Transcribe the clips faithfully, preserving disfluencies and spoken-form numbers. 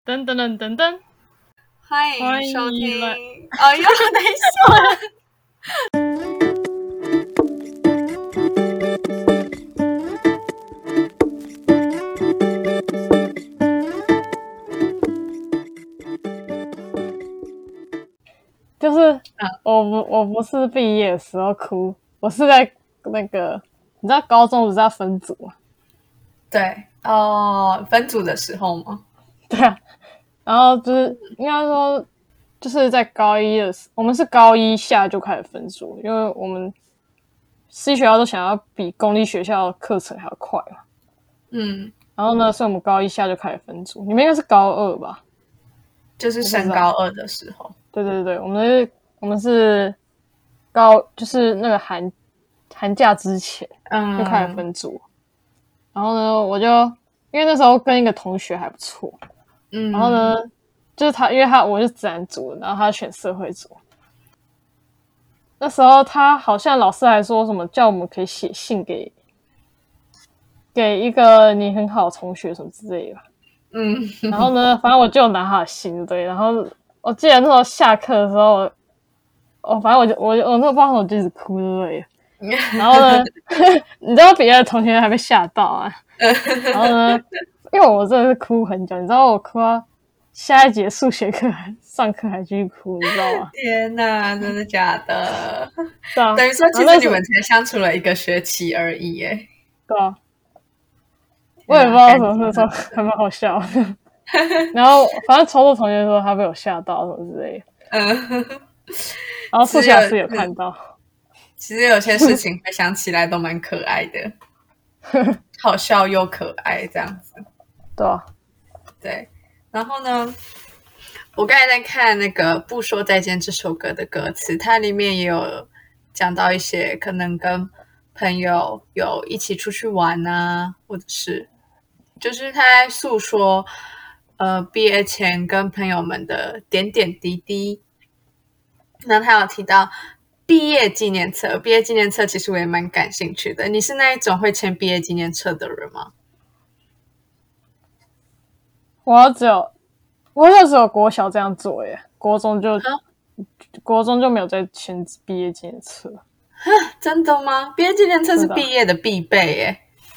噔噔噔噔噔， 欢欢迎收听。 迎来哦，又等一下， 就是嗯我不我不是毕业的时候哭，我是在那个你知道高中不是要分组吗？ 对哦，分组的时候吗？ 对啊，然后就是应该说就是在高一的时，我们是高一下就开始分组，因为我们私立学校都想要比公立学校的课程还要快嘛。 嗯， 然后呢，所以我们高一下就开始分组，你们应该是高二吧？ 就是升我不知道。 高二的时候。 对对对，我们是，我们是高，就是那个寒寒假之前就开始嗯分组。然后呢，我就因为那时候跟一个同学还不错，然后嗯， 呢，就是他，因为他我是自然组的，然后他选社会组。那时候他好像老师还说什么叫我们可以写信给给一个你很好的同学什么之类的吧。 嗯， 然后呢，反正我就有拿他的信，对。然后我记得那时候下课的时候，哦，反正我就我我那个帮我就一直哭，对不对？然后呢，你知道别的同学还被吓到啊。然后呢，因为我真的是哭很久，你知道我哭到下一节数学课上课还继续哭，你知道吗？ 天哪，真的假的？ 对啊， 等于说， 然后那时候其实你们才相处了一个学期而已，耶。 对啊，我天哪， 也不知道为什感情么那时候还蛮好笑的。然后反正抽的同学说他被我吓到什么之类的， 嗯， 然后数只有学老师有看到。 其实有些事情回想起来都蛮可爱的，好笑又可爱这样子。 对啊， 对，然后呢，我刚才在看那个《不说再见》这首歌的歌词，它里面也有讲到一些可能跟朋友有一起出去玩啊，或者是就是他在诉说，呃，毕业前跟朋友们的点点滴滴。那他有提到毕业纪念册，毕业纪念册其实我也蛮感兴趣的。你是那一种会签毕业纪念册的人吗？ 我只有我就只有国小这样做耶，国中就国中就没有再签毕业纪念册。 真的吗？毕业纪念册是真的啊毕业的必备耶。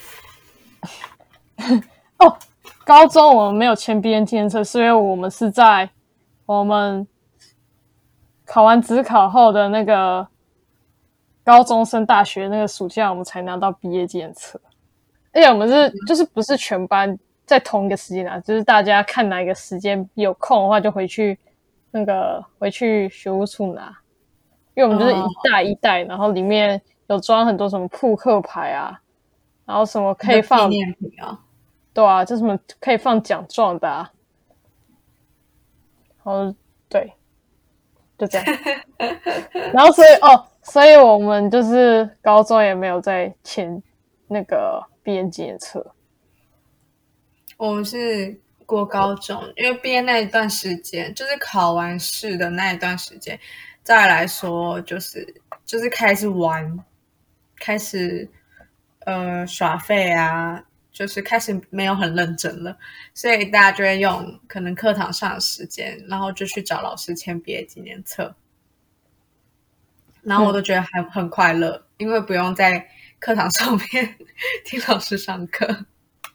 哦，高中我们没有签毕业纪念册，是因为我们是在我们考完职考后的那个高中升大学那个暑假，我们才拿到毕业纪念册。而且我们是就是不是全班在同一个时间拿，就是大家看哪一个时间有空的话，就回去那个回去学务处拿。因为我们就是一袋一袋，然后里面有装很多什么扑克牌啊，然后什么可以放纪念品啊。 对啊，就什么可以放奖状的啊，然后对，就这样。然后所以哦，所以我们就是高中也没有在签那个毕业纪念册。 我们是过高中，因为毕业那一段时间，就是考完试的那一段时间，再来说就是就是开始玩，开始呃耍废啊，就是开始没有很认真了，所以大家就会用可能课堂上的时间，然后就去找老师签毕业纪念册，然后我都觉得还很快乐，因为不用在课堂上面听老师上课。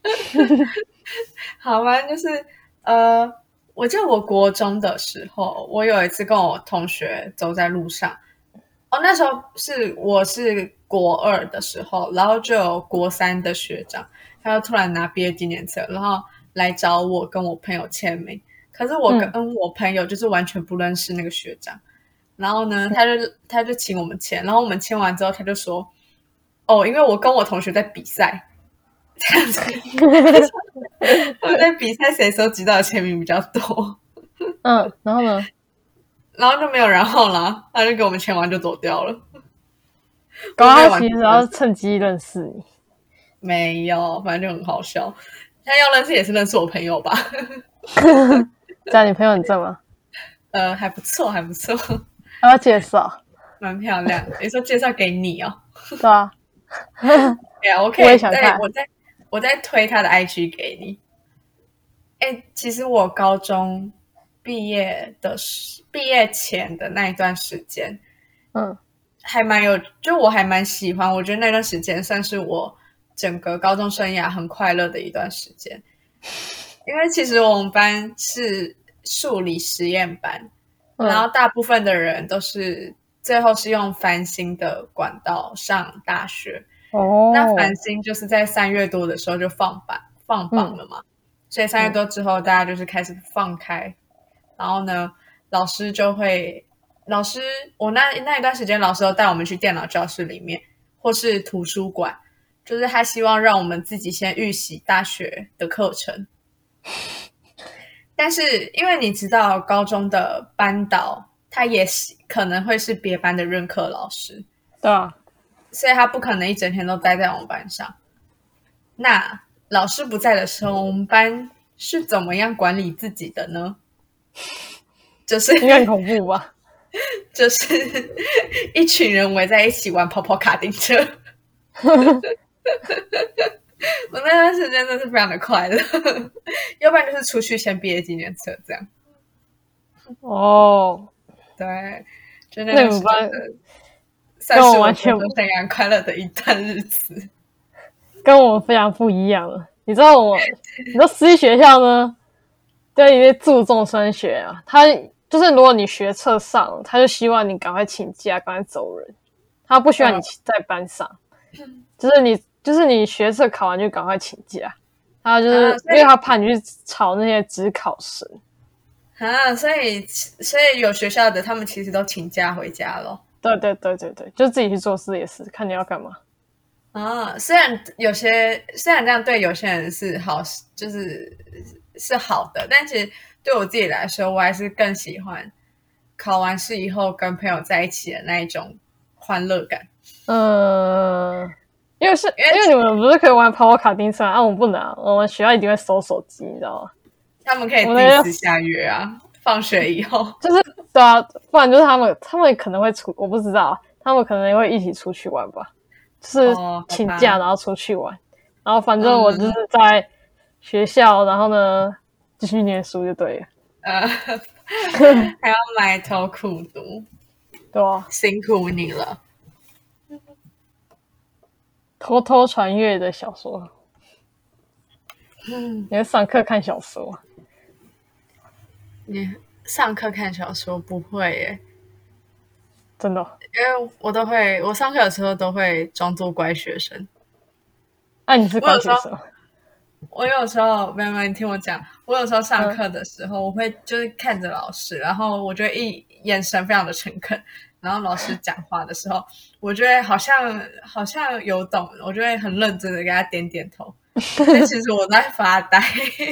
好吧，就是呃，我记得我国中的时候，我有一次跟我同学走在路上，哦，那时候是我是国二的时候，然后就有国三的学长，他就突然拿毕业纪念册，然后来找我跟我朋友签名。可是我跟嗯我朋友就是完全不认识那个学长，然后呢，他就他就请我们签，然后我们签完之后，他就说，哦，因为我跟我同学在比赛，这样子。我在比赛谁收集到的签名比较多， 嗯，然后呢？ 然后就没有然后了，他就给我们签完就走掉了。 搞我没有完全他其实要趁机认识你。 没有，反正就很好笑。他要认识也是认识我朋友吧？ 这样你朋友很正吗？ 呃，还不错，还不错， 要不要介绍？ 蛮漂亮的。你说介绍给你哦？ 对啊， 对啊，我可我也以想看。 再我再我再推他的 I G 给你。 哎，其实我高中毕业的时毕业前的那一段时间， 嗯， 还蛮有，就我还蛮喜欢，我觉得那段时间算是我整个高中生涯很快乐的一段时间。因为其实我们班是数理实验班，然嗯， 后大部分的人都是最后是用繁星的管道上大学。那繁哦， 星就是在三月多的时候就放榜放榜嗯了嘛，所以三月嗯多之后大家就是开始放开，然后呢，老师就会，老师我那那一段时间，老师都带我们去电脑教室里面或是图书馆，就是他希望让我们自己先预习大学的课程。但是因为你知道，高中的班导他也是可能会是别班的任课老师， 对啊， 所以他不可能一整天都待在我们班上。那老师不在的时候，我们班是怎么样管理自己的呢？就是应该很恐怖吧？ 就是一群人围在一起玩跑跑卡丁车。我那段时间真的是非常的快乐，要不然就是出去签毕业纪念册这样。 哦， 对，就那那你段时间们班的算跟是我高我完全中生涯快乐的一段日子。 跟我们非常不一样了。你知道我，你知道私立学校呢，对因为注重升学啊，他就是如果你学测上，他就希望你赶快请假，赶快走人，他不希望你嗯在班上，就是你就是你学测考完就赶快请假，他就是啊，所以因为他怕你去吵那些只考生。 啊，所以所以有学校的他们其实都请假回家了。 对对对对对，就自己去做事也是，看你要干嘛。 啊，虽然有些虽然这样对有些人是好，就是是好的，但其实对我自己来说，我还是更喜欢考完试以后跟朋友在一起的那一种欢乐感。 嗯，因为是因为因为你们不是可以玩跑跑卡丁车啊，我们不能啊，我们学校一定会收手机，你知道吗？ 他们可以我们那个自己私下约啊，放学以后。 就是对啊，不然就是他们他们可能会出，我不知道啊，他们可能会一起出去玩吧，就是哦，好请假吧， 然后出去玩，然后反正我就是嗯在学校，然后呢继续念书就对了， 呃，还要埋头苦读， 对吧？ 辛苦你了。 偷偷传阅的小说， 嗯， 你会上课看小说？ 你上课看小说不会耶？ 真的哦？ 因为我都会，我上课的时候都会装作乖学生。 那、啊你是我有时候， 乖学生吗？ 我有时候，没有没有，你听我讲，我有时候上嗯， 课的时候，我会就是看着老师，然后我就会一眼神非常的诚恳，然后老师讲话的时候，我就会好像好像有懂，我就会很认真的给他点点头，但其实我在发呆。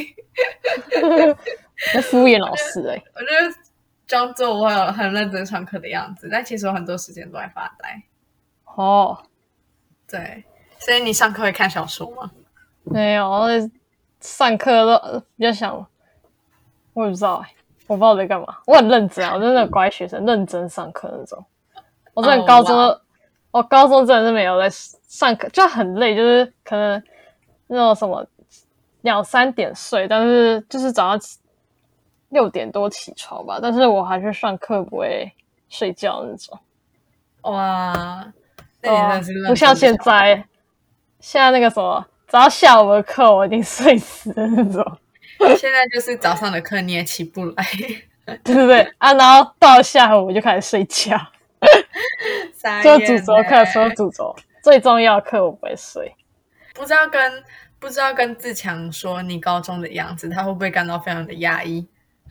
在敷衍老师哎、欸。 我就装作我有很认真上课的样子，但其实我很多时间都在发呆。 哦， 对，所以你上课会看小说吗？ 没有，我上课都比较想，我也不知道哎、我不知道我在干嘛。我很认真啊，我真的乖学生，认真上课那种。我真的哦， 高中哇， 我高中真的是没有在上课，就很累，就是可能那种什么两三点睡，但是就是早上起六点多起床吧，但是我还是上课不会睡觉那种。 哇，那对啊， 你真的是认不像现真的小孩。 在，现在那个什么，只要下午的课我一定睡死的那种。 现在就是早上的课你也起不来。 对对对啊，然后到下午我就开始睡觉，除了主傻眼轴课，除了呢。 主轴最重要的课我不会睡。 不知道跟不知道跟自强说你高中的样子，他会不会感到非常的压抑？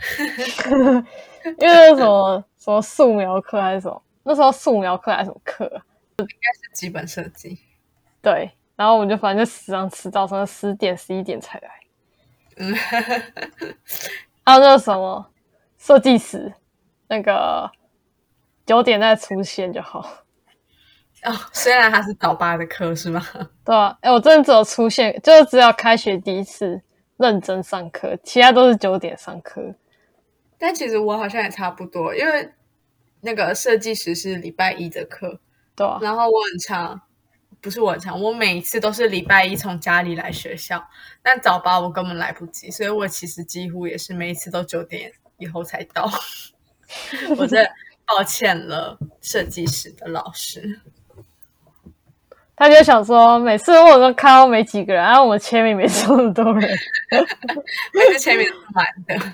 因为那什么什么素描课还是什么，那时候素描课还是什么课啊， 是基本设计。 对，然后我就反正时常迟到，从十点十一点才来。 嗯， 还有那个什么设计师，那个九点再出现就好。 哦，虽然他是早八的课是吗？ 对啊，哎，我真的只有出现，就是只有开学第一次认真上课，其他都是九点上课。 但其实我好像也差不多，因为那个设计师是礼拜一的课， 对啊， 然后我很常不是我很常，我每一次都是礼拜一从家里来学校，但早八我根本来不及，所以我其实几乎也是每一次都九点以后才到。我真的抱歉了设计师的老师。 他就想说，每次我都看到没几个人，然后我们签名没这么多人， 每次签名都是满的。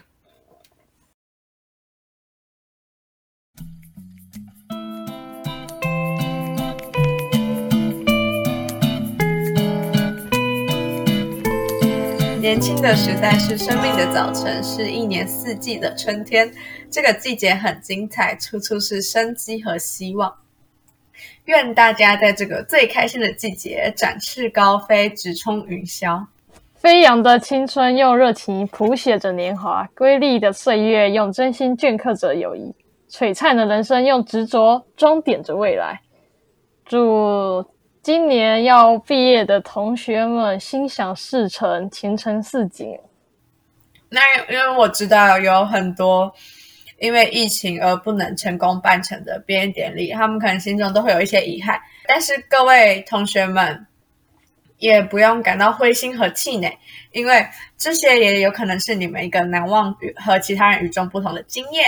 年轻的时代是生命的早晨，是一年四季的春天。这个季节很精彩，处处是生机和希望。愿大家在这个最开心的季节展翅高飞，直冲云霄。 飞扬的青春用热情谱写着年华，瑰丽的岁月用真心镌刻着友谊，璀璨的人生用执着装点着未来。祝今年要毕业的同学们心想事成，前程似锦。 那因为我知道有很多因为疫情而不能成功办成的毕业典礼，他们可能心中都会有一些遗憾，但是各位同学们也不用感到灰心和气馁，因为这些也有可能是你们一个难忘和其他人与众不同的经验。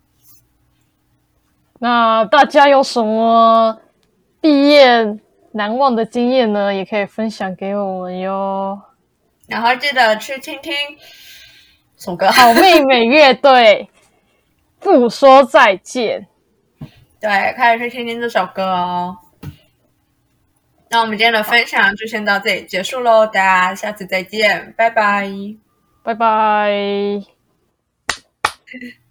那大家有什么毕业难忘的经验呢？也可以分享给我们哟。 然后记得去听听什么歌？ 好妹妹乐队不说再见。 对，快去听听这首歌哦。那我们今天的分享就先到这里结束咯，大家下次再见，拜拜。 拜拜。